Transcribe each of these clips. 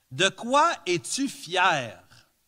De quoi es-tu fier?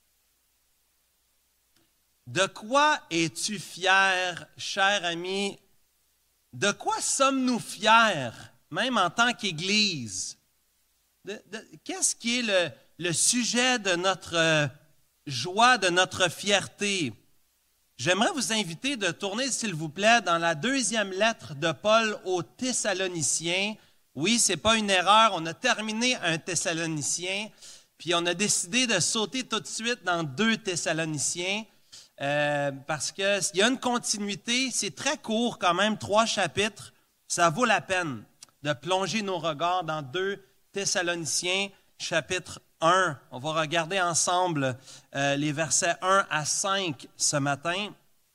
De quoi es-tu fier, cher ami? De quoi sommes-nous fiers, même en tant qu'Église? Qu'est-ce qui est le sujet de notre joie, de notre fierté? J'aimerais vous inviter de tourner, s'il vous plaît, dans la deuxième lettre de Paul aux Thessaloniciens. Oui, ce n'est pas une erreur, on a terminé un Thessalonicien, puis on a décidé de sauter tout de suite dans 2 Thessaloniciens, parce qu'il y a une continuité, c'est très court quand même, 3 chapitres, ça vaut la peine de plonger nos regards dans 2 Thessaloniciens, chapitre 1. On va regarder ensemble les versets 1 à 5 ce matin.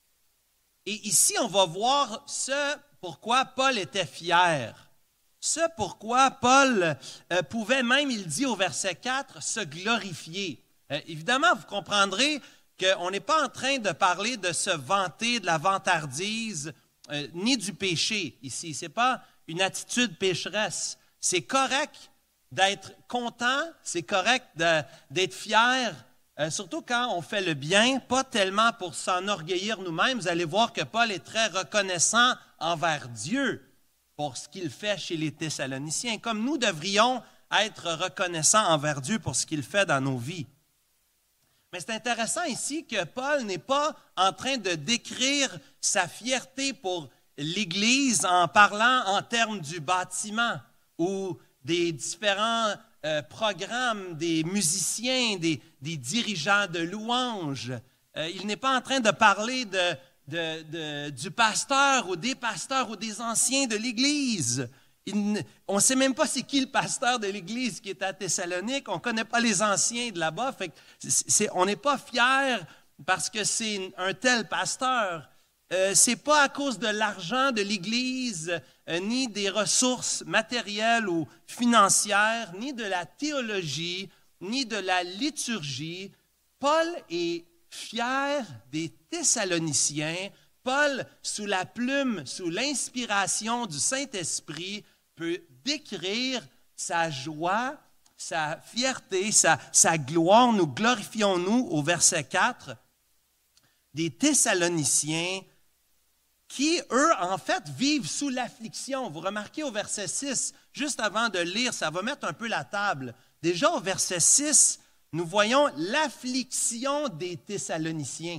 Et ici, on va voir ce pourquoi Paul était fier. Ce pourquoi Paul pouvait même, il dit au verset 4, se glorifier. Évidemment, vous comprendrez qu'on n'est pas en train de parler de se vanter, de la vantardise, ni du péché ici. Ce n'est pas une attitude pécheresse. C'est correct d'être content, c'est correct d'être fier, surtout quand on fait le bien, pas tellement pour s'enorgueillir nous-mêmes. Vous allez voir que Paul est très reconnaissant envers Dieu pour ce qu'il fait chez les Thessaloniciens, comme nous devrions être reconnaissants envers Dieu pour ce qu'il fait dans nos vies. Mais c'est intéressant ici que Paul n'est pas en train de décrire sa fierté pour l'Église en parlant en termes du bâtiment ou des différents programmes, des musiciens, des dirigeants de louanges. Il n'est pas en train de parler du pasteur ou des pasteurs ou des anciens de l'Église. On ne sait même pas c'est qui le pasteur de l'Église qui est à Thessalonique. On ne connaît pas les anciens de là-bas. Fait que on n'est pas fiers parce que c'est un tel pasteur. Ce n'est pas à cause de l'argent de l'Église, ni des ressources matérielles ou financières, ni de la théologie, ni de la liturgie. Paul est fier des Thessaloniciens. Paul, sous la plume, sous l'inspiration du Saint-Esprit, peut décrire sa joie, sa fierté, sa gloire. Nous glorifions-nous au verset 4 des Thessaloniciens qui, eux, en fait, vivent sous l'affliction. Vous remarquez au verset 6, juste avant de lire, ça va mettre un peu la table. Déjà au verset 6, nous voyons l'affliction des Thessaloniciens.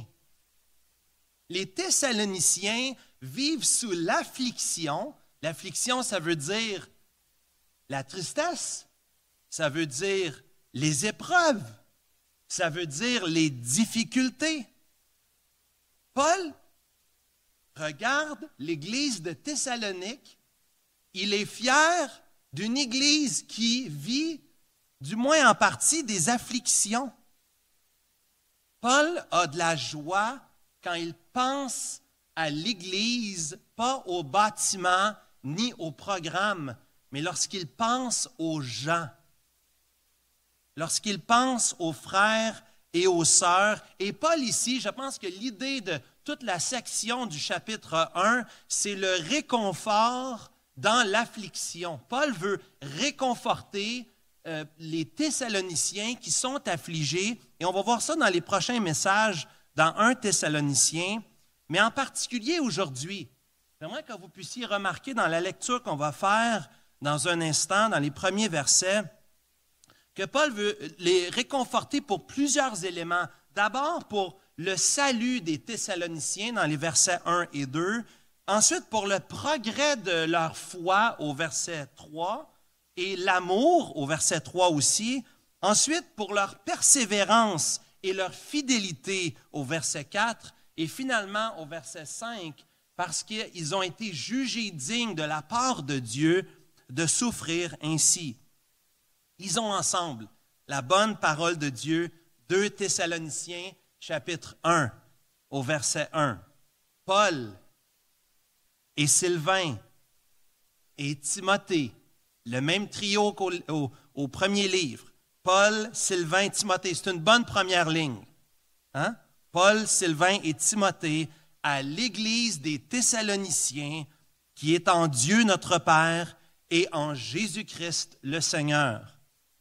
Les Thessaloniciens vivent sous l'affliction. L'affliction, ça veut dire la tristesse, ça veut dire les épreuves, ça veut dire les difficultés. Paul regarde l'Église de Thessalonique. Il est fier d'une Église qui vit, du moins en partie, des afflictions. Paul a de la joie quand il pense à l'Église, pas au bâtiment ni au programme, mais lorsqu'il pense aux gens, lorsqu'il pense aux frères et aux sœurs. Et Paul ici, je pense que l'idée de toute la section du chapitre 1, c'est le réconfort dans l'affliction. Paul veut réconforter les Thessaloniciens qui sont affligés, et on va voir ça dans les prochains messages dans 1 Thessalonicien, mais en particulier aujourd'hui. J'aimerais que vous puissiez remarquer dans la lecture qu'on va faire dans un instant, dans les premiers versets, que Paul veut les réconforter pour plusieurs éléments. D'abord, pour le salut des Thessaloniciens dans les versets 1 et 2. Ensuite, pour le progrès de leur foi au verset 3 et l'amour au verset 3 aussi. Ensuite, pour leur persévérance et leur fidélité au verset 4. Et finalement, au verset 5, parce qu'ils ont été jugés dignes de la part de Dieu de souffrir ainsi. Ils ont ensemble la bonne parole de Dieu, 2 Thessaloniciens, chapitre 1, au verset 1. Paul et Sylvain et Timothée, le même trio qu'au premier livre. Paul, Sylvain, Timothée, c'est une bonne première ligne. Hein? Paul, Sylvain et Timothée à l'Église des Thessaloniciens qui est en Dieu notre Père et en Jésus-Christ le Seigneur.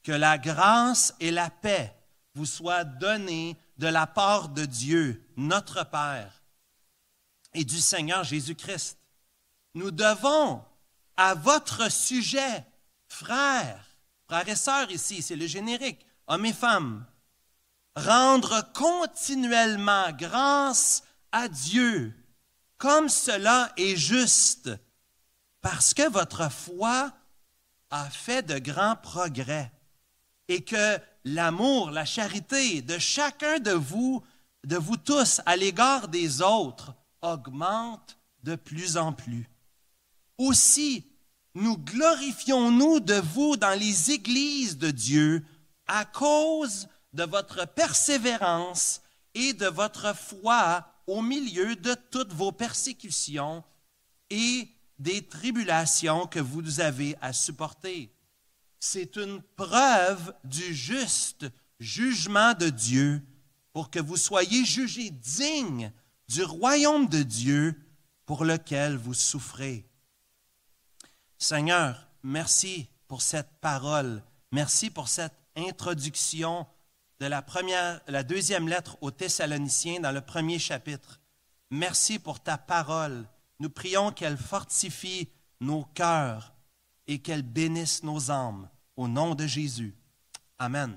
que la grâce et la paix vous soient données de la part de Dieu, notre Père, et du Seigneur Jésus-Christ. Nous devons, à votre sujet, frères et sœurs ici, c'est le générique, hommes et femmes, rendre continuellement grâce à Dieu, comme cela est juste, parce que votre foi a fait de grands progrès et que l'amour, la charité de chacun de vous tous à l'égard des autres augmente de plus en plus. Aussi, nous glorifions-nous de vous dans les églises de Dieu à cause de votre persévérance et de votre foi au milieu de toutes vos persécutions et des tribulations que vous avez à supporter. C'est une preuve du juste jugement de Dieu pour que vous soyez jugés dignes du royaume de Dieu pour lequel vous souffrez. Seigneur, merci pour cette parole. Merci pour cette introduction de la deuxième lettre aux Thessaloniciens dans le premier chapitre. Merci pour ta parole. Nous prions qu'elle fortifie nos cœurs et qu'elle bénisse nos âmes. Au nom de Jésus. Amen.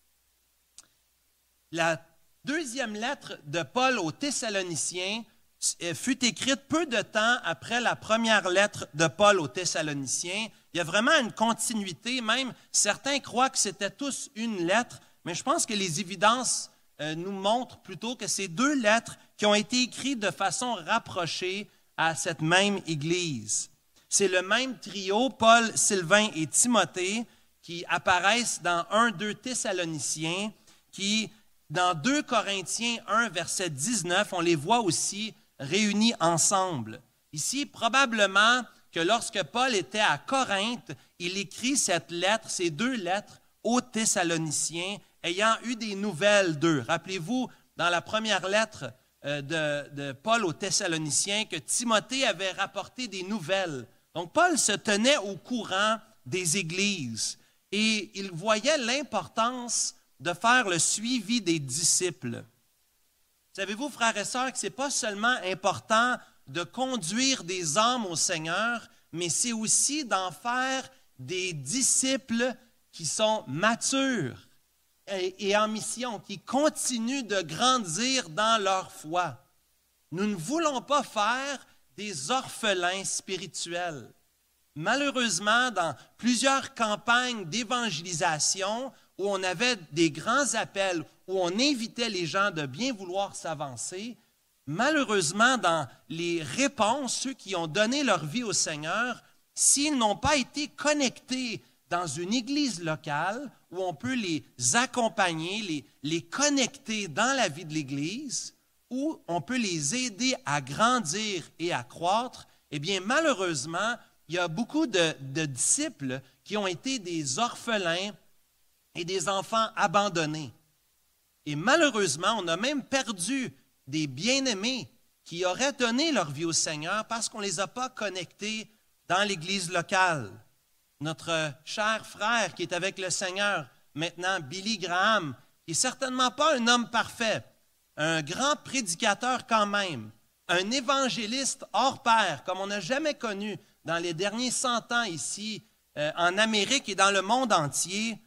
La deuxième lettre de Paul aux Thessaloniciens fut écrite peu de temps après la première lettre de Paul aux Thessaloniciens. Il y a vraiment une continuité, même certains croient que c'était tous une lettre, mais je pense que les évidences nous montrent plutôt que c'est deux lettres qui ont été écrites de façon rapprochée à cette même Église. C'est le même trio, Paul, Sylvain et Timothée, qui apparaissent dans 1-2 Thessaloniciens, qui, dans 2 Corinthiens 1, verset 19, on les voit aussi réunis ensemble. Ici, probablement que lorsque Paul était à Corinthe, il écrit cette lettre, ces deux lettres aux Thessaloniciens, ayant eu des nouvelles d'eux. Rappelez-vous, dans la première lettre de Paul aux Thessaloniciens, que Timothée avait rapporté des nouvelles. Donc, Paul se tenait au courant des églises. Et il voyait l'importance de faire le suivi des disciples. Savez-vous, frères et sœurs, que ce n'est pas seulement important de conduire des âmes au Seigneur, mais c'est aussi d'en faire des disciples qui sont matures et en mission, qui continuent de grandir dans leur foi. Nous ne voulons pas faire des orphelins spirituels. Malheureusement, dans plusieurs campagnes d'évangélisation où on avait des grands appels, où on invitait les gens de bien vouloir s'avancer, malheureusement, dans les réponses, ceux qui ont donné leur vie au Seigneur, s'ils n'ont pas été connectés dans une église locale où on peut les accompagner, les connecter dans la vie de l'église, où on peut les aider à grandir et à croître, eh bien, malheureusement, il y a beaucoup de disciples qui ont été des orphelins et des enfants abandonnés. Et malheureusement, on a même perdu des bien-aimés qui auraient donné leur vie au Seigneur parce qu'on ne les a pas connectés dans l'Église locale. Notre cher frère qui est avec le Seigneur maintenant, Billy Graham, qui n'est certainement pas un homme parfait, un grand prédicateur quand même, un évangéliste hors pair, comme on n'a jamais connu dans les derniers 100 ans ici, en Amérique et dans le monde entier.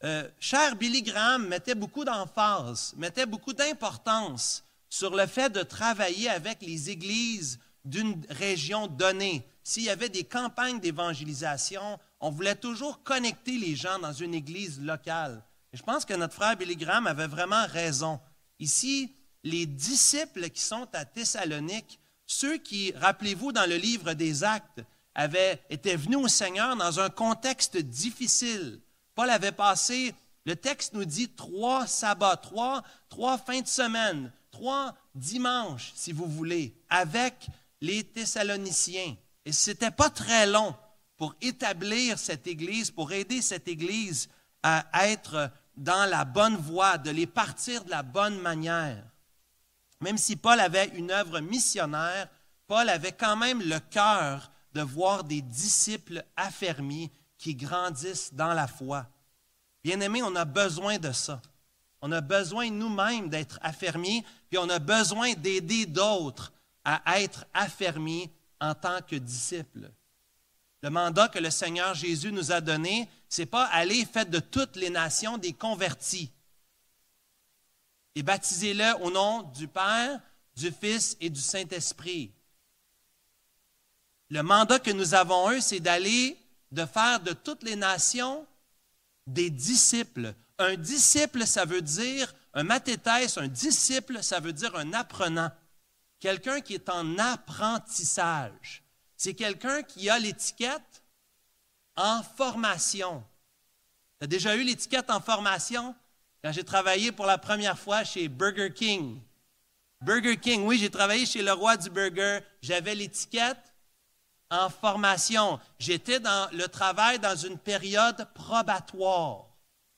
Cher Billy Graham mettait beaucoup d'emphase, mettait beaucoup d'importance sur le fait de travailler avec les églises d'une région donnée. S'il y avait des campagnes d'évangélisation, on voulait toujours connecter les gens dans une église locale. Et je pense que notre frère Billy Graham avait vraiment raison. Ici, les disciples qui sont à Thessalonique, ceux qui, rappelez-vous, dans le livre des Actes, étaient venus au Seigneur dans un contexte difficile. Paul avait passé, le texte nous dit, 3 sabbats, 3 fins de semaine, 3 dimanches, si vous voulez, avec les Thessaloniciens. Et ce n'était pas très long pour établir cette Église, pour aider cette Église à être dans la bonne voie, de les partir de la bonne manière. Même si Paul avait une œuvre missionnaire, Paul avait quand même le cœur de voir des disciples affermis qui grandissent dans la foi. Bien-aimés, on a besoin de ça. On a besoin nous-mêmes d'être affermis, puis on a besoin d'aider d'autres à être affermis en tant que disciples. Le mandat que le Seigneur Jésus nous a donné, ce n'est pas aller faites de toutes les nations des convertis et baptisez-le au nom du Père, du Fils et du Saint-Esprit. Le mandat que nous avons eu, c'est de faire de toutes les nations des disciples. Un disciple, ça veut dire, un mathétès, un disciple, ça veut dire un apprenant. Quelqu'un qui est en apprentissage. C'est quelqu'un qui a l'étiquette en formation. Tu as déjà eu l'étiquette en formation? Quand j'ai travaillé pour la première fois chez Burger King. Burger King, oui, j'ai travaillé chez le roi du burger. J'avais l'étiquette en formation. J'étais dans le travail dans une période probatoire.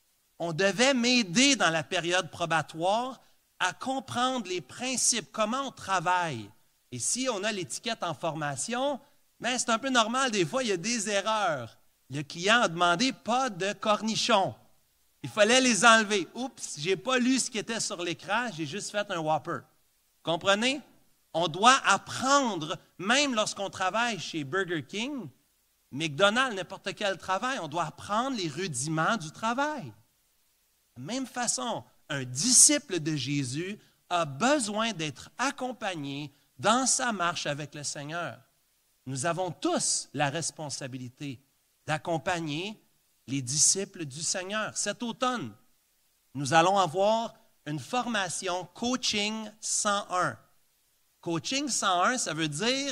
On devait m'aider dans la période probatoire à comprendre les principes, comment on travaille. Et si on a l'étiquette en formation, ben c'est un peu normal, des fois, il y a des erreurs. Le client a demandé pas de cornichons. Il fallait les enlever. Oups, je n'ai pas lu ce qui était sur l'écran, j'ai juste fait un Whopper. Comprenez? On doit apprendre, même lorsqu'on travaille chez Burger King, McDonald's, n'importe quel travail, on doit apprendre les rudiments du travail. De la même façon, un disciple de Jésus a besoin d'être accompagné dans sa marche avec le Seigneur. Nous avons tous la responsabilité d'accompagner les disciples du Seigneur. Cet automne, nous allons avoir une formation Coaching 101. Coaching 101, ça veut dire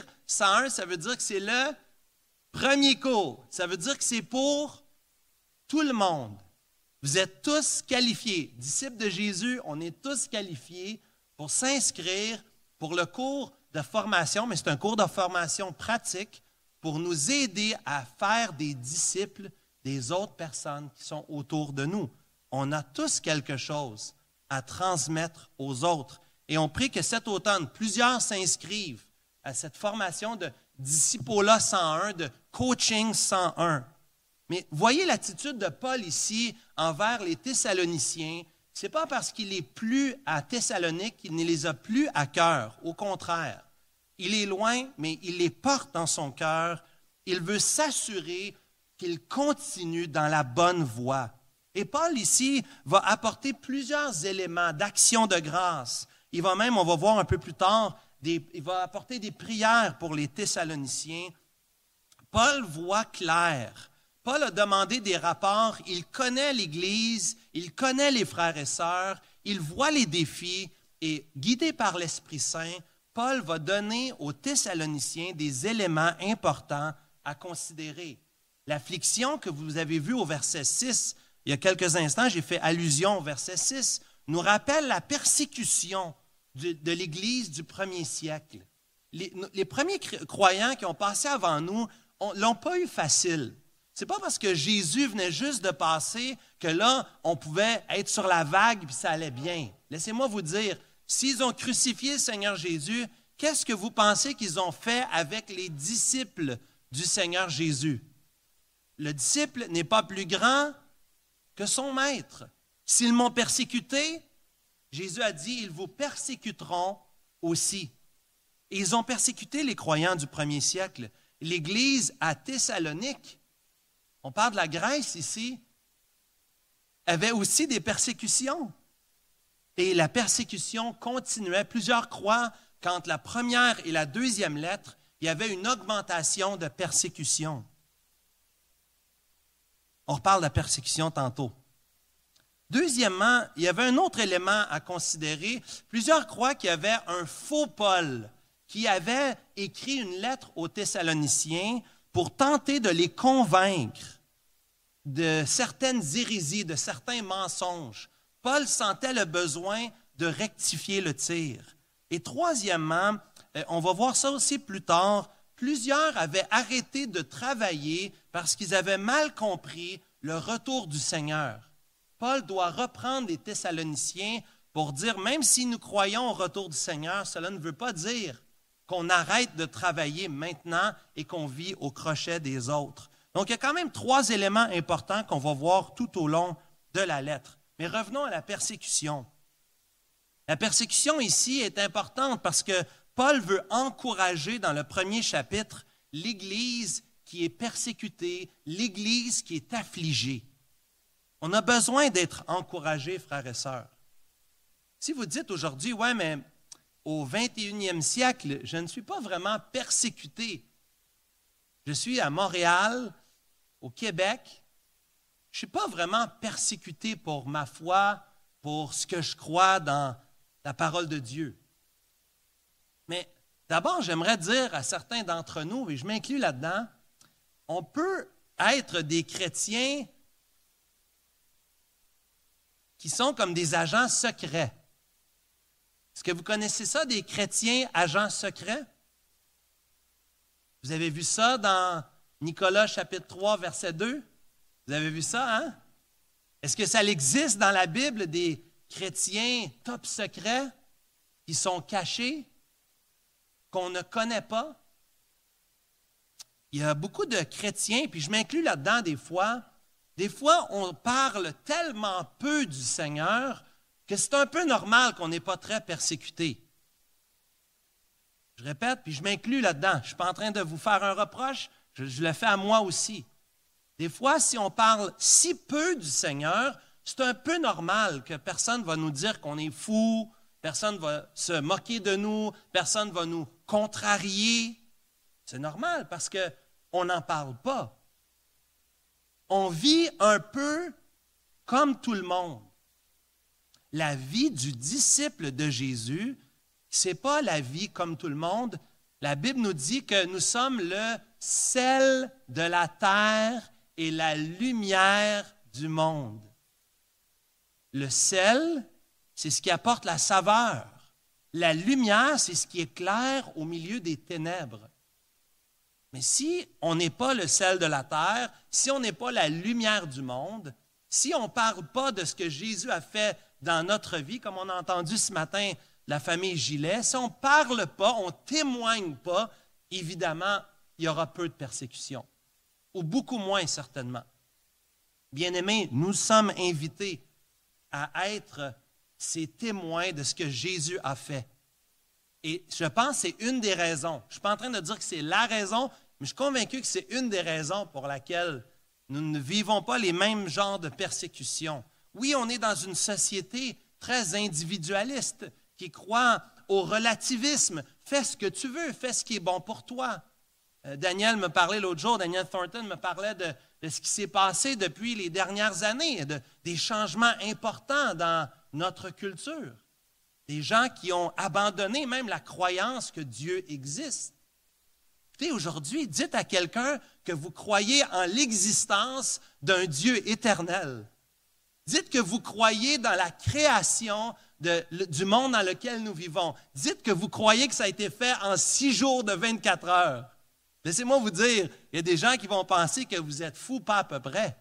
que c'est le premier cours. Ça veut dire que c'est pour tout le monde. Vous êtes tous qualifiés. Disciples de Jésus, on est tous qualifiés pour s'inscrire pour le cours de formation, mais c'est un cours de formation pratique pour nous aider à faire des disciples des autres personnes qui sont autour de nous. On a tous quelque chose à transmettre aux autres. Et on prie que cet automne, plusieurs s'inscrivent à cette formation de Discipola 101, de Coaching 101. Mais voyez l'attitude de Paul ici envers les Thessaloniciens. Ce n'est pas parce qu'il est plus à Thessalonique qu'il ne les a plus à cœur. Au contraire, il est loin, mais il les porte dans son cœur. Il veut s'assurer qu'ils continuent dans la bonne voie. Et Paul ici va apporter plusieurs éléments d'action de grâce. Il va même, on va voir un peu plus tard, il va apporter des prières pour les Thessaloniciens. Paul voit clair. Paul a demandé des rapports, il connaît l'Église, il connaît les frères et sœurs, il voit les défis et, guidé par l'Esprit Saint, Paul va donner aux Thessaloniciens des éléments importants à considérer. L'affliction que vous avez vue au verset 6, il y a quelques instants, j'ai fait allusion au verset 6, nous rappelle la persécution de l'Église du premier siècle. Les premiers croyants qui ont passé avant nous ne l'ont pas eu facile. Ce n'est pas parce que Jésus venait juste de passer que là, on pouvait être sur la vague et ça allait bien. Laissez-moi vous dire, s'ils ont crucifié le Seigneur Jésus, qu'est-ce que vous pensez qu'ils ont fait avec les disciples du Seigneur Jésus? Le disciple n'est pas plus grand que son maître. S'ils m'ont persécuté, Jésus a dit, ils vous persécuteront aussi. Et ils ont persécuté les croyants du premier siècle. L'Église à Thessalonique, on parle de la Grèce ici, avait aussi des persécutions. Et la persécution continuait. Plusieurs croient qu'entre la première et la deuxième lettre, il y avait une augmentation de persécution. On reparle de la persécution tantôt. Deuxièmement, il y avait un autre élément à considérer. Plusieurs croient qu'il y avait un faux Paul qui avait écrit une lettre aux Thessaloniciens pour tenter de les convaincre de certaines hérésies, de certains mensonges. Paul sentait le besoin de rectifier le tir. Et troisièmement, on va voir ça aussi plus tard, plusieurs avaient arrêté de travailler parce qu'ils avaient mal compris le retour du Seigneur. Paul doit reprendre les Thessaloniciens pour dire, même si nous croyons au retour du Seigneur, cela ne veut pas dire qu'on arrête de travailler maintenant et qu'on vit au crochet des autres. Donc, il y a quand même 3 éléments importants qu'on va voir tout au long de la lettre. Mais revenons à la persécution. La persécution ici est importante parce que Paul veut encourager dans le premier chapitre l'Église qui est persécutée, l'Église qui est affligée. On a besoin d'être encouragés, frères et sœurs. Si vous dites aujourd'hui, « Ouais, mais au 21e siècle, je ne suis pas vraiment persécuté. Je suis à Montréal, au Québec. Je ne suis pas vraiment persécuté pour ma foi, pour ce que je crois dans la parole de Dieu. » Mais d'abord, j'aimerais dire à certains d'entre nous, et je m'inclus là-dedans, on peut être des chrétiens qui sont comme des agents secrets. Est-ce que vous connaissez ça, des chrétiens agents secrets? Vous avez vu ça dans Nicolas chapitre 3, verset 2? Vous avez vu ça, hein? Est-ce que ça existe dans la Bible, des chrétiens top secrets qui sont cachés, qu'on ne connaît pas? Il y a beaucoup de chrétiens, puis je m'inclus là-dedans des fois, on parle tellement peu du Seigneur que c'est un peu normal qu'on n'est pas très persécuté. Je répète, puis je m'inclus là-dedans. Je ne suis pas en train de vous faire un reproche, je le fais à moi aussi. Des fois, si on parle si peu du Seigneur, c'est un peu normal que personne ne va nous dire qu'on est fou, personne ne va se moquer de nous, personne ne va nous contrarier. C'est normal parce qu'on n'en parle pas. On vit un peu comme tout le monde. La vie du disciple de Jésus, ce n'est pas la vie comme tout le monde. La Bible nous dit que nous sommes le sel de la terre et la lumière du monde. Le sel, c'est ce qui apporte la saveur. La lumière, c'est ce qui éclaire au milieu des ténèbres. Mais si on n'est pas le sel de la terre, si on n'est pas la lumière du monde, si on ne parle pas de ce que Jésus a fait dans notre vie, comme on a entendu ce matin la famille Gilet, si on ne parle pas, on ne témoigne pas, évidemment, il y aura peu de persécution, ou beaucoup moins certainement. Bien-aimés, nous sommes invités à être ces témoins de ce que Jésus a fait. Et je pense que c'est une des raisons. Je ne suis pas en train de dire que c'est la raison, mais je suis convaincu que c'est une des raisons pour laquelle nous ne vivons pas les mêmes genres de persécutions. Oui, on est dans une société très individualiste qui croit au relativisme. Fais ce que tu veux, fais ce qui est bon pour toi. Daniel me parlait l'autre jour, Daniel Thornton me parlait de ce qui s'est passé depuis les dernières années, des changements importants dans notre culture. Des gens qui ont abandonné même la croyance que Dieu existe. Écoutez, aujourd'hui, dites à quelqu'un que vous croyez en l'existence d'un Dieu éternel. Dites que vous croyez dans la création du monde dans lequel nous vivons. Dites que vous croyez que ça a été fait en 6 jours de 24 heures. Laissez-moi vous dire, il y a des gens qui vont penser que vous êtes fous, pas à peu près.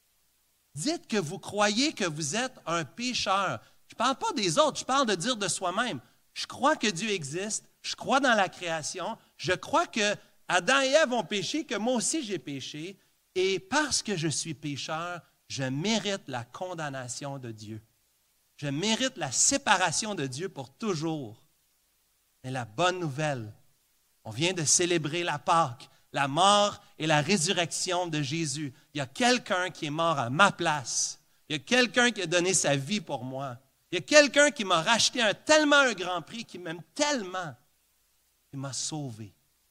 Dites que vous croyez que vous êtes un pécheur. Je ne parle pas des autres, je parle de dire de soi-même. Je crois que Dieu existe, je crois dans la création, je crois que Adam et Ève ont péché, que moi aussi j'ai péché, et parce que je suis pécheur, je mérite la condamnation de Dieu. Je mérite la séparation de Dieu pour toujours. Mais la bonne nouvelle, on vient de célébrer la Pâque, la mort et la résurrection de Jésus. Il y a quelqu'un qui est mort à ma place. Il y a quelqu'un qui a donné sa vie pour moi. Il y a quelqu'un qui m'a racheté tellement un grand prix, qui m'aime tellement, qui m'a sauvé.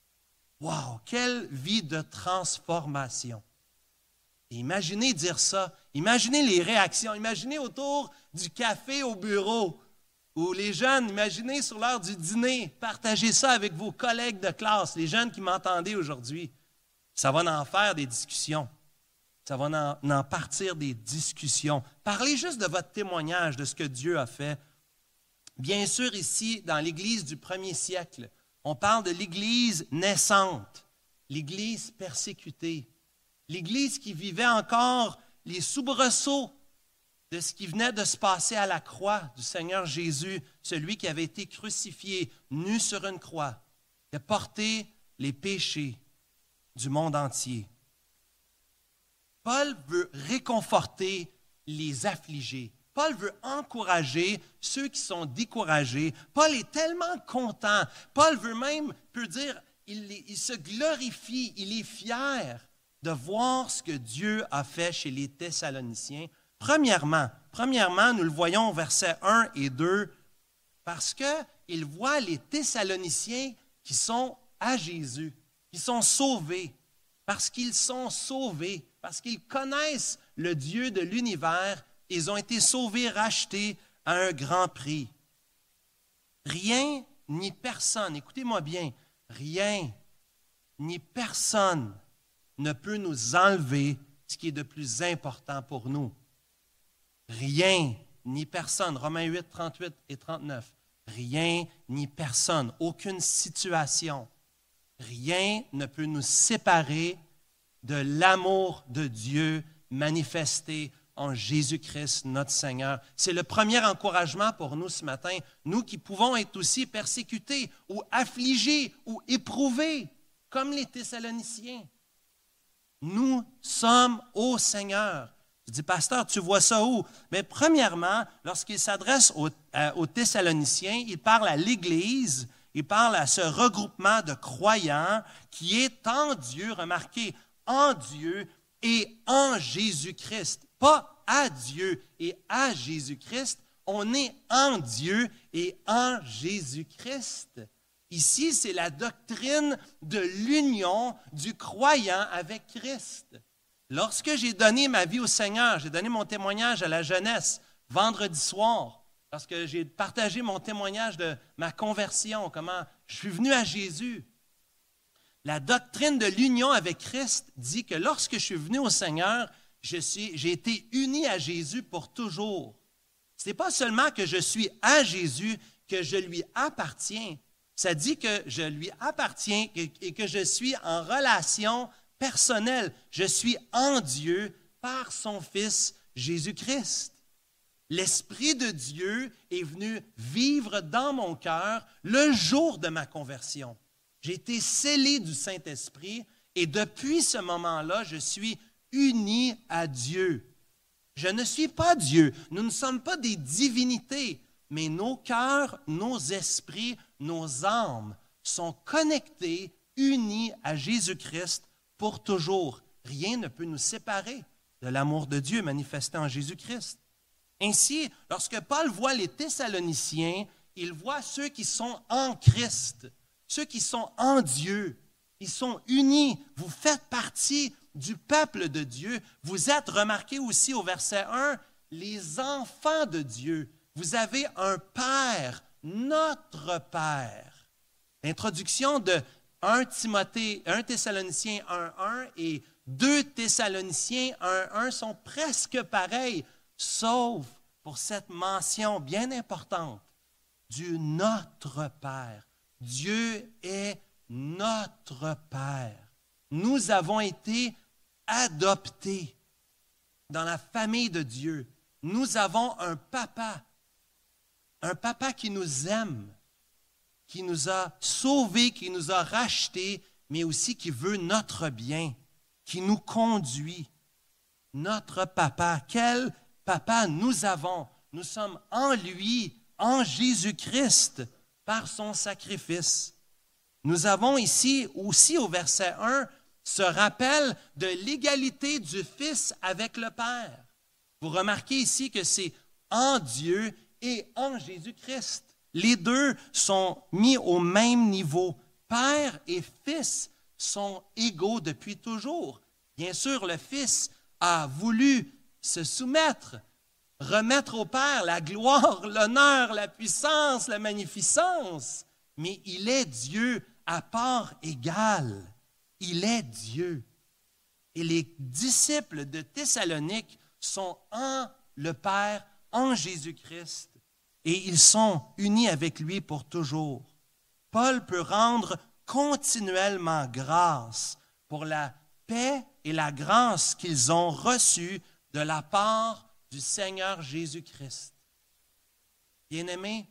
Wow, quelle vie de transformation. Et imaginez dire ça, imaginez les réactions, imaginez autour du café au bureau, ou les jeunes, imaginez sur l'heure du dîner, partagez ça avec vos collègues de classe, les jeunes qui m'entendez aujourd'hui. Ça va en faire des discussions. Ça va en partir des discussions. Parlez juste de votre témoignage, de ce que Dieu a fait. Bien sûr, ici, dans l'Église du premier siècle, on parle de l'Église naissante, l'Église persécutée, l'Église qui vivait encore les soubresauts de ce qui venait de se passer à la croix du Seigneur Jésus, celui qui avait été crucifié, nu sur une croix, qui a porté les péchés du monde entier. Paul veut réconforter les affligés. Paul veut encourager ceux qui sont découragés. Paul est tellement content. Paul peut dire, il se glorifie, il est fier de voir ce que Dieu a fait chez les Thessaloniciens. Premièrement, nous le voyons au verset 1 et 2, parce qu'il voit les Thessaloniciens qui sont à Jésus, qui sont sauvés, parce qu'ils sont sauvés, parce qu'ils connaissent le Dieu de l'univers, ils ont été sauvés, rachetés à un grand prix. Rien ni personne, écoutez-moi bien, rien ni personne ne peut nous enlever ce qui est de plus important pour nous. Rien ni personne, Romains 8, 38 et 39, rien ni personne, aucune situation, rien ne peut nous séparer de l'amour de Dieu manifesté en Jésus-Christ, notre Seigneur. C'est le premier encouragement pour nous ce matin, nous qui pouvons être aussi persécutés ou affligés ou éprouvés, comme les Thessaloniciens. Nous sommes au Seigneur. Je dis, pasteur, tu vois ça où? Mais premièrement, lorsqu'il s'adresse aux Thessaloniciens, il parle à l'Église, il parle à ce regroupement de croyants qui est en Dieu, remarquez, en Dieu et en Jésus-Christ. Pas à Dieu et à Jésus-Christ, on est en Dieu et en Jésus-Christ. Ici, c'est la doctrine de l'union du croyant avec Christ. Lorsque j'ai donné ma vie au Seigneur, j'ai donné mon témoignage à la jeunesse vendredi soir, lorsque j'ai partagé mon témoignage de ma conversion, comment je suis venu à Jésus. La doctrine de l'union avec Christ dit que lorsque je suis venu au Seigneur, j'ai été uni à Jésus pour toujours. Ce n'est pas seulement que je suis à Jésus, que je lui appartiens. Ça dit que je lui appartiens et que je suis en relation personnelle. Je suis en Dieu par son Fils Jésus-Christ. L'Esprit de Dieu est venu vivre dans mon cœur le jour de ma conversion. J'ai été scellé du Saint-Esprit et depuis ce moment-là, je suis uni à Dieu. Je ne suis pas Dieu. Nous ne sommes pas des divinités, mais nos cœurs, nos esprits, nos âmes sont connectés, unis à Jésus-Christ pour toujours. Rien ne peut nous séparer de l'amour de Dieu manifesté en Jésus-Christ. Ainsi, lorsque Paul voit les Thessaloniciens, il voit ceux qui sont en Christ, ceux qui sont en Dieu. Ils sont unis. Vous faites partie du peuple de Dieu. Vous êtes, remarquez aussi au verset 1, les enfants de Dieu. Vous avez un Père, notre Père. L'introduction de 1 Thessaloniciens 1.1 et 2 Thessaloniciens 1.1 sont presque pareils, sauf pour cette mention bien importante du notre Père. Dieu est notre Père. Nous avons été adoptés dans la famille de Dieu. Nous avons un papa qui nous aime, qui nous a sauvés, qui nous a rachetés, mais aussi qui veut notre bien, qui nous conduit. Notre papa, quel papa nous avons? Nous sommes en lui, en Jésus-Christ, par son sacrifice. Nous avons ici aussi au verset 1 ce rappel de l'égalité du Fils avec le Père. Vous remarquez ici que c'est en Dieu et en Jésus-Christ. Les deux sont mis au même niveau. Père et Fils sont égaux depuis toujours. Bien sûr, le Fils a voulu se soumettre, remettre au Père la gloire, l'honneur, la puissance, la magnificence. Mais il est Dieu à part égale. Il est Dieu. Et les disciples de Thessalonique sont en le Père, en Jésus-Christ, et ils sont unis avec lui pour toujours. Paul peut rendre continuellement grâce pour la paix et la grâce qu'ils ont reçues de la part du Seigneur Jésus-Christ. Bien-aimés,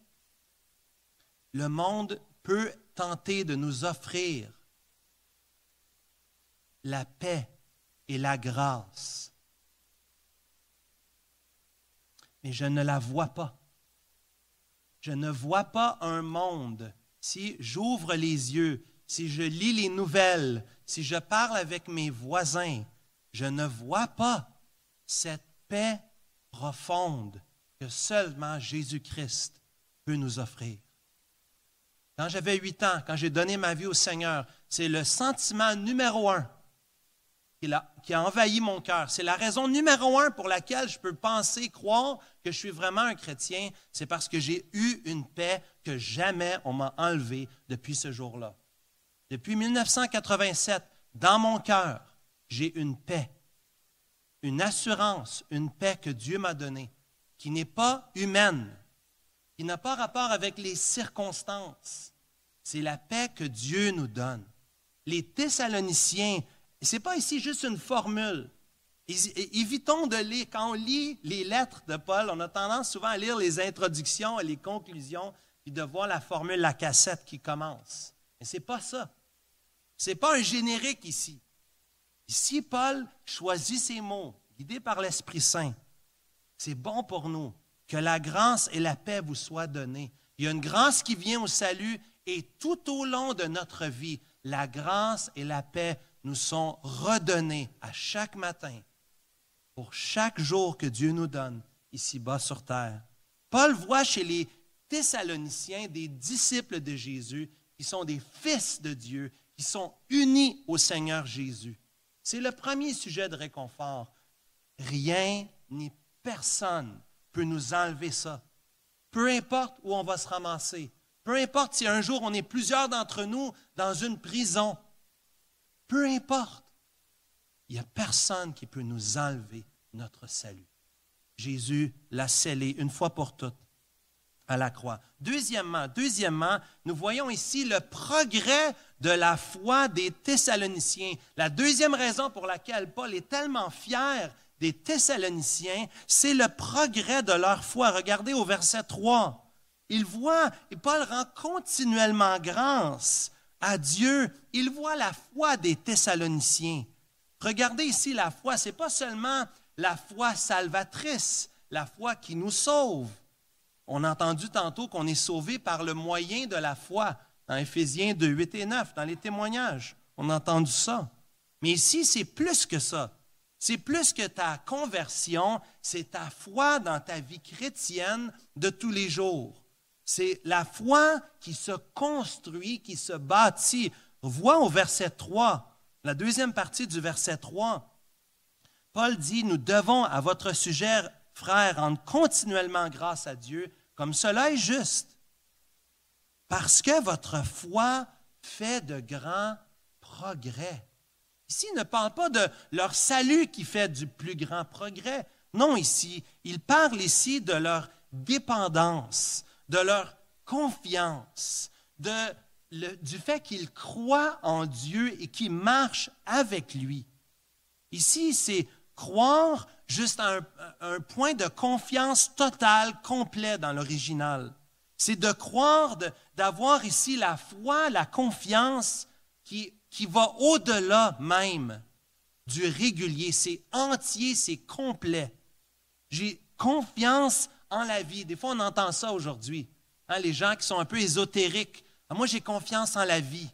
le monde peut tenter de nous offrir la paix et la grâce. mais je ne la vois pas. Je ne vois pas un monde. Si j'ouvre les yeux, si je lis les nouvelles, si je parle avec mes voisins, je ne vois pas cette paix profonde que seulement Jésus-Christ peut nous offrir. Quand j'avais 8 ans, quand j'ai donné ma vie au Seigneur, c'est le sentiment numéro 1 qui a envahi mon cœur. C'est la raison numéro 1 pour laquelle je peux penser, croire que je suis vraiment un chrétien. C'est parce que j'ai eu une paix que jamais on m'a enlevée depuis ce jour-là. Depuis 1987, dans mon cœur, j'ai une paix, une assurance, une paix que Dieu m'a donnée, qui n'est pas humaine, qui n'a pas rapport avec les circonstances. C'est la paix que Dieu nous donne. Les Thessaloniciens, ce n'est pas ici juste une formule. Évitons de lire, quand on lit les lettres de Paul, on a tendance souvent à lire les introductions et les conclusions, puis de voir la formule, la cassette qui commence. Mais ce n'est pas ça. Ce n'est pas un générique ici. Ici, Paul choisit ses mots, guidé par l'Esprit Saint. C'est bon pour nous que la grâce et la paix vous soient données. Il y a une grâce qui vient au salut et tout au long de notre vie, la grâce et la paix nous sont redonnées à chaque matin pour chaque jour que Dieu nous donne ici-bas sur terre. Paul voit chez les Thessaloniciens des disciples de Jésus qui sont des fils de Dieu, qui sont unis au Seigneur Jésus. C'est le premier sujet de réconfort. Rien ni personne peut nous enlever ça. Peu importe où on va se ramasser, peu importe si un jour on est plusieurs d'entre nous dans une prison, peu importe, il n'y a personne qui peut nous enlever notre salut. Jésus l'a scellé une fois pour toutes à la croix. Deuxièmement, nous voyons ici le progrès de la foi des Thessaloniciens. La deuxième raison pour laquelle Paul est tellement fier des Thessaloniciens, c'est le progrès de leur foi. Regardez au verset 3. Il voit, et Paul rend continuellement grâce à Dieu. Il voit la foi des Thessaloniciens. Regardez ici la foi, ce n'est pas seulement la foi salvatrice, la foi qui nous sauve. On a entendu tantôt qu'on est sauvé par le moyen de la foi, dans Éphésiens 2, 8 et 9, dans les témoignages. On a entendu ça. Mais ici, c'est plus que ça. C'est plus que ta conversion, c'est ta foi dans ta vie chrétienne de tous les jours. C'est la foi qui se construit, qui se bâtit. Vois au verset 3, la deuxième partie du verset 3. Paul dit, « Nous devons à votre sujet, frères, rendre continuellement grâce à Dieu, comme cela est juste, parce que votre foi fait de grands progrès. » Ici, il ne parle pas de leur salut qui fait du plus grand progrès. Non, ici, il parle ici de leur dépendance, de leur confiance, du fait qu'ils croient en Dieu et qu'ils marchent avec lui. Ici, c'est croire juste à un point de confiance totale, complet dans l'original. C'est de croire, d'avoir ici la foi, la confiance qui va au-delà même du régulier. C'est entier, c'est complet. J'ai confiance en la vie. Des fois, on entend ça aujourd'hui. Hein, les gens qui sont un peu ésotériques. Ah, moi, j'ai confiance en la vie.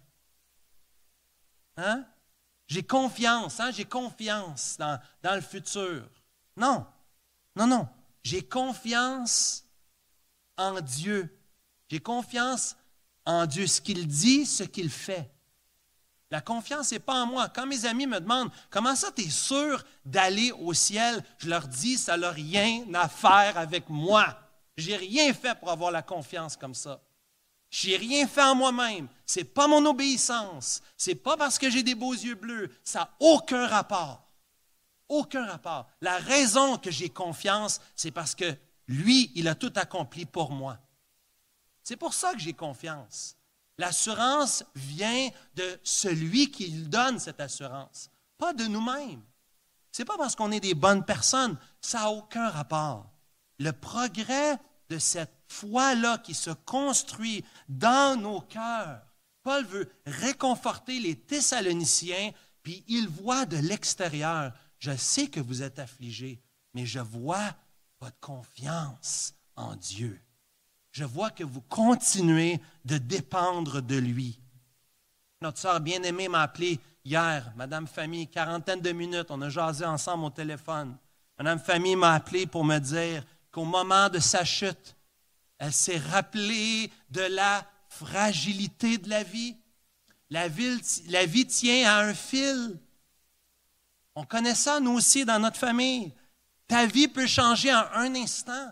Hein? J'ai confiance dans le futur. Non, non, non. J'ai confiance en Dieu. J'ai confiance en Dieu, ce qu'il dit, ce qu'il fait. La confiance n'est pas en moi. Quand mes amis me demandent « Comment ça, tu es sûr d'aller au ciel? » Je leur dis « Ça n'a rien à faire avec moi. Je n'ai rien fait pour avoir la confiance comme ça. Je n'ai rien fait en moi-même. Ce n'est pas mon obéissance. Ce n'est pas parce que j'ai des beaux yeux bleus. Ça n'a aucun rapport. Aucun rapport. La raison que j'ai confiance, c'est parce que lui, il a tout accompli pour moi. C'est pour ça que j'ai confiance. L'assurance vient de celui qui donne cette assurance, pas de nous-mêmes. Ce n'est pas parce qu'on est des bonnes personnes, ça n'a aucun rapport. Le progrès de cette foi-là qui se construit dans nos cœurs. Paul veut réconforter les Thessaloniciens, puis il voit de l'extérieur, je sais que vous êtes affligés, mais je vois votre confiance en Dieu. Je vois que vous continuez de dépendre de lui. Notre sœur bien-aimée m'a appelé hier, Madame Famille, quarantaine de minutes, on a jasé ensemble au téléphone. Madame Famille m'a appelé pour me dire qu'au moment de sa chute, elle s'est rappelée de la fragilité de la vie. La vie tient à un fil. On connaît ça, nous aussi, dans notre famille. Ta vie peut changer en un instant.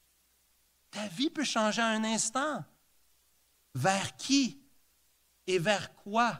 Ta vie peut changer en un instant. Vers qui et vers quoi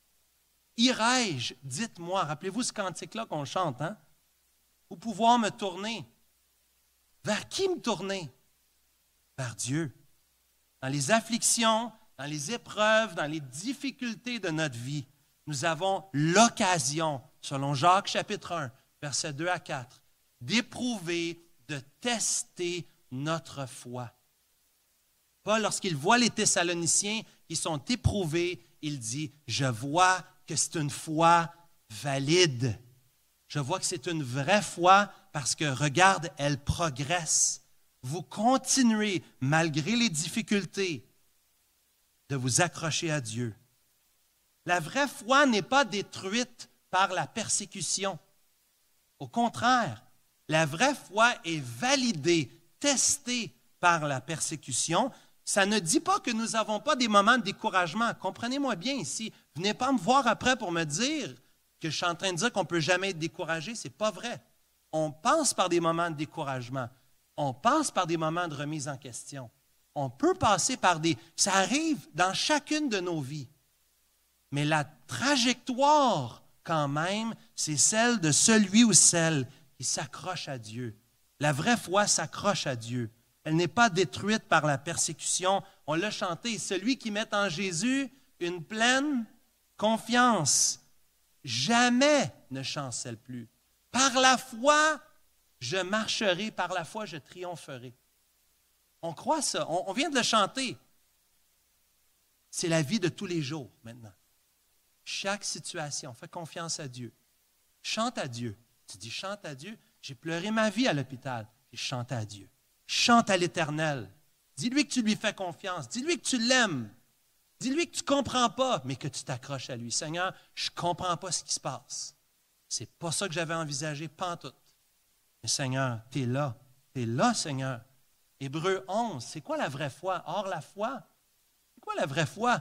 irai-je? Dites-moi. Rappelez-vous ce cantique-là qu'on chante, hein? Pour pouvoir me tourner. Vers qui me tourner? Vers Dieu. Dans les afflictions, dans les épreuves, dans les difficultés de notre vie, nous avons l'occasion, selon Jacques chapitre 1, versets 2 à 4, d'éprouver, de tester notre foi. Paul, lorsqu'il voit les Thessaloniciens qui sont éprouvés, il dit, je vois que c'est une foi valide. Je vois que c'est une vraie foi parce que, regarde, elle progresse. Vous continuez, malgré les difficultés, de vous accrocher à Dieu. La vraie foi n'est pas détruite par la persécution. Au contraire, la vraie foi est validée, testée par la persécution. Ça ne dit pas que nous n'avons pas des moments de découragement. Comprenez-moi bien ici. Venez pas me voir après pour me dire que je suis en train de dire qu'on ne peut jamais être découragé. Ce n'est pas vrai. On passe par des moments de découragement. On passe par des moments de remise en question. On peut passer par des... Ça arrive dans chacune de nos vies. Mais la trajectoire, quand même, c'est celle de celui ou celle qui s'accroche à Dieu. La vraie foi s'accroche à Dieu. Elle n'est pas détruite par la persécution. On l'a chanté, celui qui met en Jésus une pleine confiance, jamais ne chancelle plus. Par la foi, je marcherai, par la foi, je triompherai. On croit ça, on vient de le chanter. C'est la vie de tous les jours maintenant. Chaque situation, fais confiance à Dieu. Chante à Dieu. Tu dis, chante à Dieu. J'ai pleuré ma vie à l'hôpital. J'ai chanté à Dieu. Chante à l'Éternel. Dis-lui que tu lui fais confiance. Dis-lui que tu l'aimes. Dis-lui que tu ne comprends pas, mais que tu t'accroches à lui. Seigneur, je ne comprends pas ce qui se passe. Ce n'est pas ça que j'avais envisagé, pantoute. Mais Seigneur, tu es là. Tu es là, Seigneur. Hébreux 11, c'est quoi la vraie foi? Or, la foi, c'est quoi la vraie foi?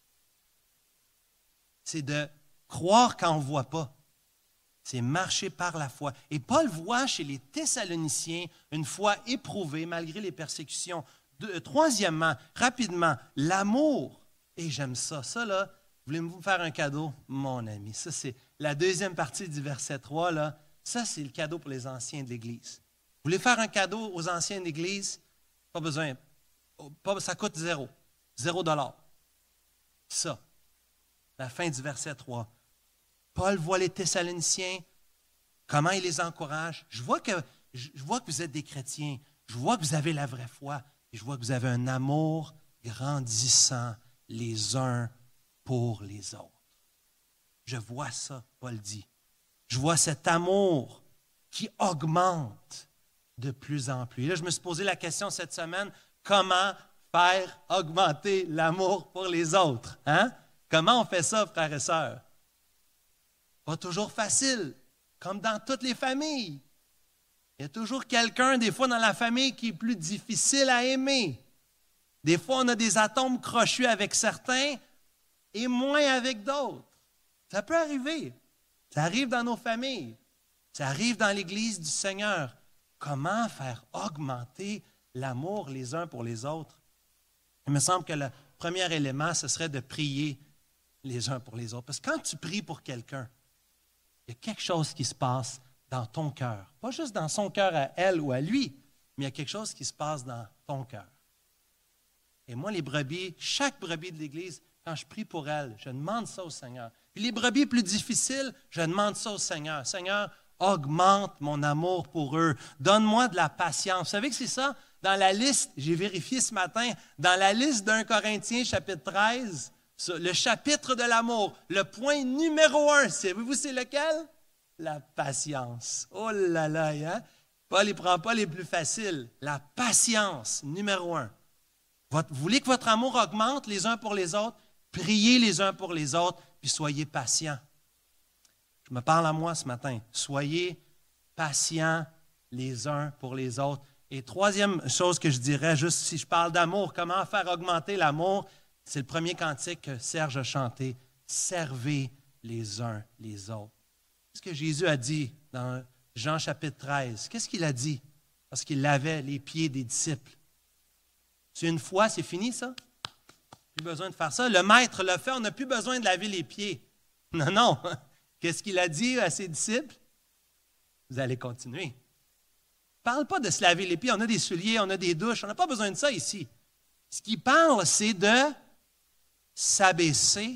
C'est de croire quand on ne voit pas. C'est marcher par la foi. Et Paul voit chez les Thessaloniciens une foi éprouvée malgré les persécutions. Troisièmement, rapidement, l'amour. Et j'aime ça. Ça, là, voulez-vous me faire un cadeau? Mon ami, ça, c'est la deuxième partie du verset 3. Là. Ça, c'est le cadeau pour les anciens de l'Église. Vous voulez faire un cadeau aux anciens de l'Église? Pas besoin. Ça coûte $0. $0. Ça. La fin du verset 3. Paul voit les Thessaloniciens, comment il les encourage. Je vois que vous êtes des chrétiens. Je vois que vous avez la vraie foi. Et je vois que vous avez un amour grandissant les uns pour les autres. Je vois ça, Paul dit. Je vois cet amour qui augmente de plus en plus. Et là, je me suis posé la question cette semaine, comment faire augmenter l'amour pour les autres? Hein? Comment on fait ça, frères et sœurs? Pas toujours facile, comme dans toutes les familles. Il y a toujours quelqu'un, des fois, dans la famille qui est plus difficile à aimer. Des fois, on a des atomes crochus avec certains et moins avec d'autres. Ça peut arriver. Ça arrive dans nos familles. Ça arrive dans l'Église du Seigneur. Comment faire augmenter l'amour les uns pour les autres? Il me semble que le premier élément, ce serait de prier les uns pour les autres. Parce que quand tu pries pour quelqu'un, il y a quelque chose qui se passe dans ton cœur. Pas juste dans son cœur à elle ou à lui, mais il y a quelque chose qui se passe dans ton cœur. Et moi, les brebis, chaque brebis de l'Église, quand je prie pour elle, je demande ça au Seigneur. Puis les brebis plus difficiles, je demande ça au Seigneur. Seigneur, augmente mon amour pour eux. Donne-moi de la patience. Vous savez que c'est ça? Dans la liste, j'ai vérifié ce matin, dans la liste d'1 Corinthiens, chapitre 13, le chapitre de l'amour, le point numéro 1, savez-vous c'est lequel? La patience. Oh là là, hein? Paul ne prend pas les plus faciles. La patience, numéro 1. Vous voulez que votre amour augmente les uns pour les autres? Priez les uns pour les autres, puis soyez patients. Je me parle à moi ce matin. Soyez patients les uns pour les autres. Et troisième chose que je dirais, juste si je parle d'amour, comment faire augmenter l'amour, c'est le premier cantique que Serge a chanté. Servez les uns les autres. Qu'est-ce que Jésus a dit dans Jean chapitre 13? Qu'est-ce qu'il a dit? Parce qu'il lavait les pieds des disciples. C'est une fois, c'est fini ça? Plus besoin de faire ça. Le maître l'a fait, on n'a plus besoin de laver les pieds. Non, non. Qu'est-ce qu'il a dit à ses disciples? Vous allez continuer. Il ne parle pas de se laver les pieds. On a des souliers, on a des douches. On n'a pas besoin de ça ici. Ce qu'il parle, c'est de s'abaisser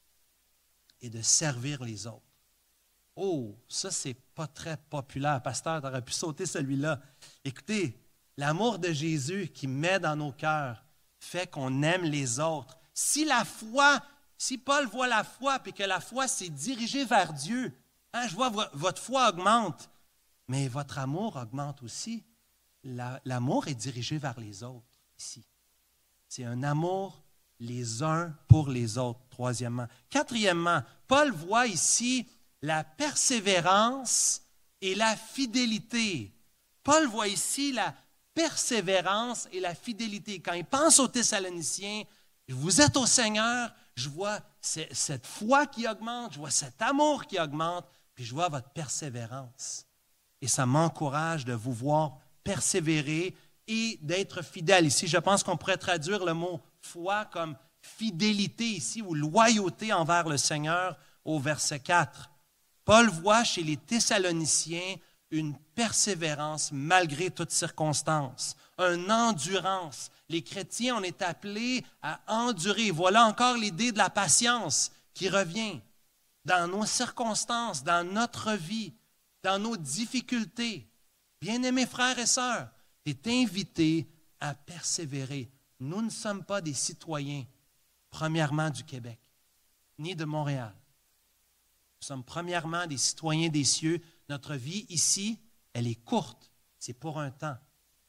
et de servir les autres. Oh, ça, c'est pas très populaire. Pasteur, tu aurais pu sauter celui-là. Écoutez, l'amour de Jésus qui met dans nos cœurs fait qu'on aime les autres. Si Paul voit la foi et que la foi s'est dirigée vers Dieu, je vois votre foi augmente, mais votre amour augmente aussi. L'amour est dirigé vers les autres ici. C'est un amour les uns pour les autres, troisièmement. Quatrièmement, Paul voit ici la persévérance et la fidélité. Paul voit ici la persévérance et la fidélité. Quand il pense aux Thessaloniciens, vous êtes au Seigneur, je vois cette foi qui augmente, je vois cet amour qui augmente, puis je vois votre persévérance. Et ça m'encourage de vous voir persévérer et d'être fidèle. Ici, je pense qu'on pourrait traduire le mot foi comme fidélité ici, ou loyauté envers le Seigneur au verset 4. Paul voit chez les Thessaloniciens une persévérance malgré toutes circonstances, une endurance. Les chrétiens, on est appelés à endurer. Voilà encore l'idée de la patience qui revient dans nos circonstances, dans notre vie, dans nos difficultés. Bien-aimés frères et sœurs, tu es invité à persévérer. Nous ne sommes pas des citoyens, premièrement, du Québec, ni de Montréal. Nous sommes premièrement des citoyens des cieux. Notre vie ici, elle est courte. C'est pour un temps.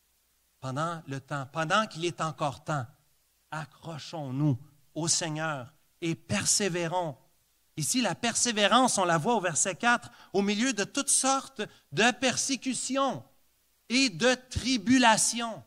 Pendant qu'il est encore temps, accrochons-nous au Seigneur et persévérons. Ici, la persévérance, on la voit au verset 4, au milieu de toutes sortes de persécutions et de tribulations.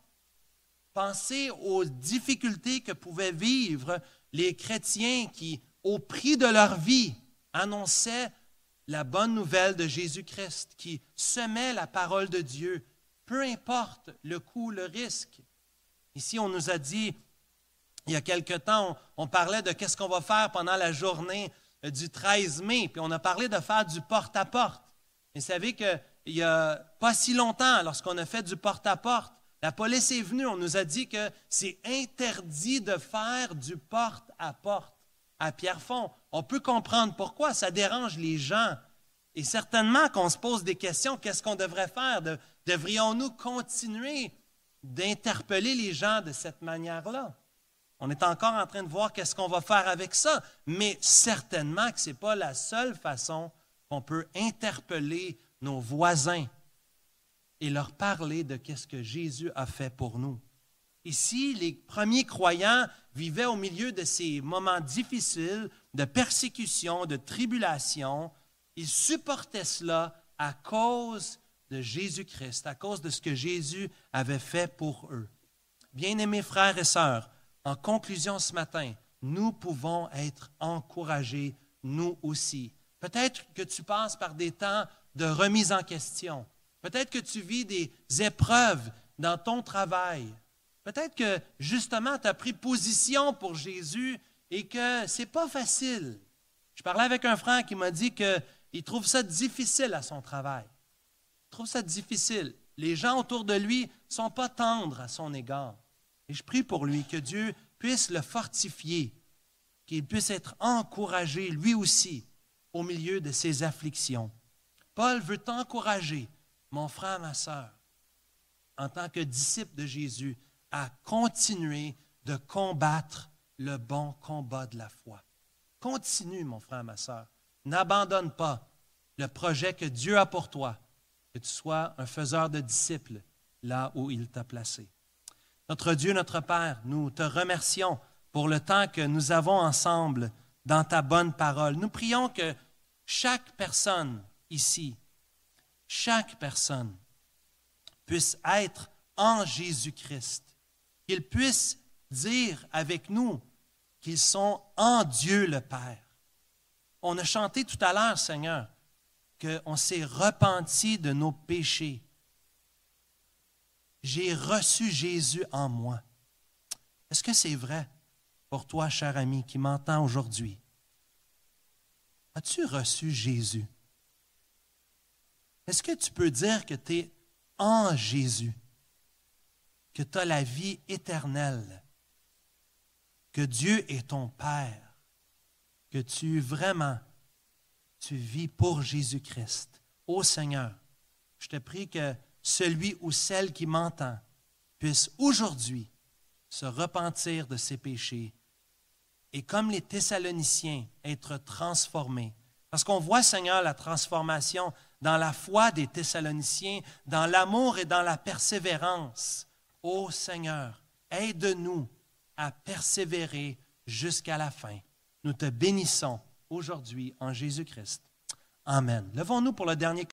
Pensez aux difficultés que pouvaient vivre les chrétiens qui, au prix de leur vie, annonçaient la bonne nouvelle de Jésus-Christ, qui semait la parole de Dieu, peu importe le coût, le risque. Ici, on nous a dit, il y a quelque temps, on parlait de qu'est-ce qu'on va faire pendant la journée du 13 mai, puis on a parlé de faire du porte-à-porte. Mais vous savez qu'il n'y a pas si longtemps, lorsqu'on a fait du porte-à-porte, la police est venue, on nous a dit que c'est interdit de faire du porte-à-porte à Pierrefonds. On peut comprendre pourquoi, ça dérange les gens. Et certainement qu'on se pose des questions, qu'est-ce qu'on devrait faire? Devrions-nous continuer d'interpeller les gens de cette manière-là? On est encore en train de voir qu'est-ce qu'on va faire avec ça, mais certainement que ce n'est pas la seule façon qu'on peut interpeller nos voisins et leur parler de qu'est-ce que Jésus a fait pour nous. Ici, les premiers croyants vivaient au milieu de ces moments difficiles, de persécution, de tribulation. Ils supportaient cela à cause de Jésus-Christ, à cause de ce que Jésus avait fait pour eux. Bien-aimés frères et sœurs, en conclusion ce matin, nous pouvons être encouragés, nous aussi. Peut-être que tu passes par des temps de remise en question. Peut-être que tu vis des épreuves dans ton travail. Peut-être que, justement, tu as pris position pour Jésus et que ce n'est pas facile. Je parlais avec un frère qui m'a dit qu'il trouve ça difficile à son travail. Il trouve ça difficile. Les gens autour de lui ne sont pas tendres à son égard. Et je prie pour lui que Dieu puisse le fortifier, qu'il puisse être encouragé, lui aussi, au milieu de ses afflictions. Paul veut t'encourager, mon frère, ma sœur, en tant que disciple de Jésus, à continuer de combattre le bon combat de la foi. Continue, mon frère, ma sœur. N'abandonne pas le projet que Dieu a pour toi. que tu sois un faiseur de disciples là où il t'a placé. Notre Dieu, notre Père, nous te remercions pour le temps que nous avons ensemble dans ta bonne parole. Nous prions que chaque personne ici, chaque personne puisse être en Jésus-Christ, qu'ils puissent dire avec nous qu'ils sont en Dieu le Père. On a chanté tout à l'heure, Seigneur, qu'on s'est repenti de nos péchés. J'ai reçu Jésus en moi. Est-ce que c'est vrai pour toi, cher ami, qui m'entend aujourd'hui? As-tu reçu Jésus? Est-ce que tu peux dire que tu es en Jésus, que tu as la vie éternelle, que Dieu est ton Père, que tu vis pour Jésus-Christ? Ô Seigneur, je te prie que celui ou celle qui m'entend puisse aujourd'hui se repentir de ses péchés et comme les Thessaloniciens, être transformés. Parce qu'on voit, Seigneur, la transformation dans la foi des Thessaloniciens, dans l'amour et dans la persévérance. Ô Seigneur, aide-nous à persévérer jusqu'à la fin. Nous te bénissons aujourd'hui en Jésus-Christ. Amen. Levons-nous pour le dernier